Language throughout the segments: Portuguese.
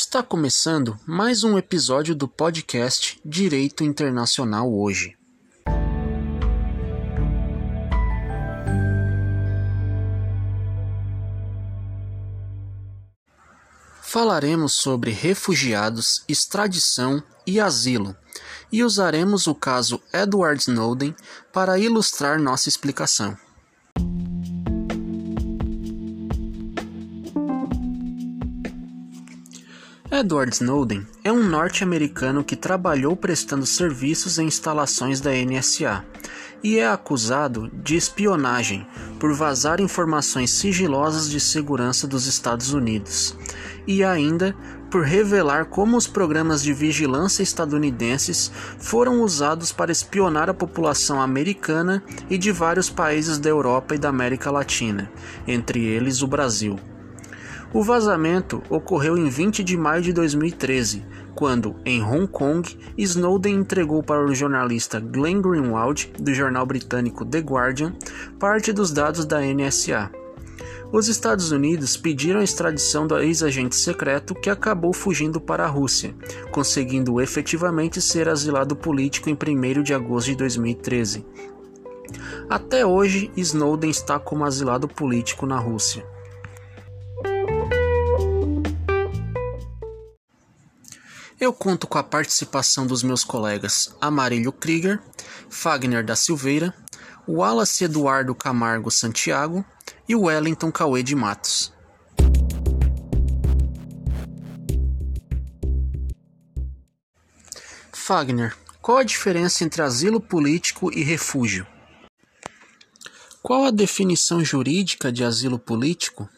Está começando mais um episódio do podcast Direito Internacional Hoje. Falaremos sobre refugiados, extradição e asilo, e usaremos o caso Edward Snowden para ilustrar nossa explicação. Edward Snowden é um norte-americano que trabalhou prestando serviços em instalações da NSA e é acusado de espionagem por vazar informações sigilosas de segurança dos Estados Unidos e ainda por revelar como os programas de vigilância estadunidenses foram usados para espionar a população americana e de vários países da Europa e da América Latina, entre eles o Brasil. O vazamento ocorreu em 20 de maio de 2013, quando, em Hong Kong, Snowden entregou para o jornalista Glenn Greenwald, do jornal britânico The Guardian, parte dos dados da NSA. Os Estados Unidos pediram a extradição do ex-agente secreto que acabou fugindo para a Rússia, conseguindo efetivamente ser asilado político em 1º de agosto de 2013. Até hoje, Snowden está como asilado político na Rússia. Eu conto com a participação dos meus colegas Amarílio Krieger, Fagner da Silveira, Wallace Eduardo Camargo Santiago e Wellington Cauê de Matos. Fagner, qual a diferença entre asilo político e refúgio? Qual a definição jurídica de asilo político?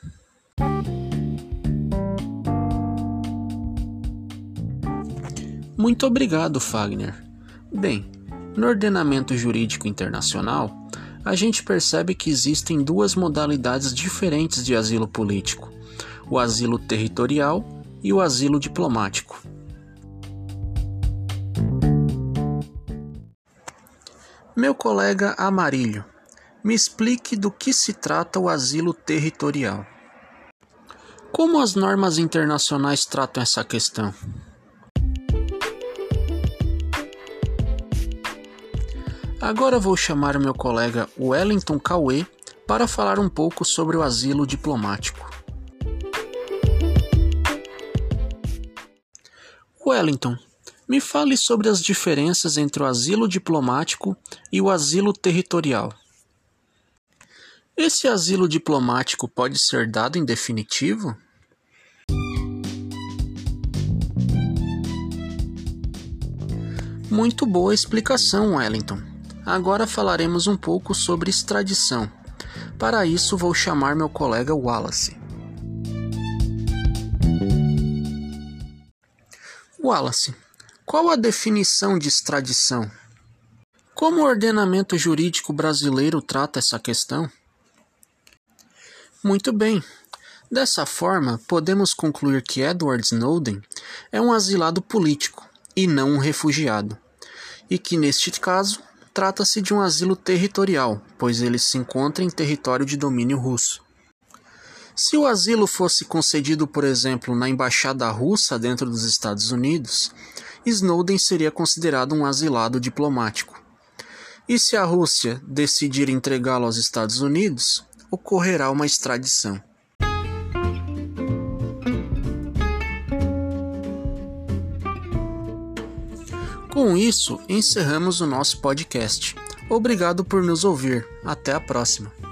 Muito obrigado, Fagner. Bem, no ordenamento jurídico internacional, a gente percebe que existem duas modalidades diferentes de asilo político: o asilo territorial e o asilo diplomático. Meu colega Amarílio, me explique do que se trata o asilo territorial. Como as normas internacionais tratam essa questão? Agora vou chamar meu colega Wellington Cauê para falar um pouco sobre o asilo diplomático. Wellington, me fale sobre as diferenças entre o asilo diplomático e o asilo territorial. Esse asilo diplomático pode ser dado em definitivo? Muito boa explicação, Wellington. Agora falaremos um pouco sobre extradição. Para isso, vou chamar meu colega Wallace. Wallace, qual a definição de extradição? Como o ordenamento jurídico brasileiro trata essa questão? Muito bem. Dessa forma, podemos concluir que Edward Snowden é um asilado político e não um refugiado, e que, neste caso, trata-se de um asilo territorial, pois ele se encontra em território de domínio russo. Se o asilo fosse concedido, por exemplo, na embaixada russa dentro dos Estados Unidos, Snowden seria considerado um asilado diplomático. E se a Rússia decidir entregá-lo aos Estados Unidos, ocorrerá uma extradição. Com isso, encerramos o nosso podcast. Obrigado por nos ouvir. Até a próxima.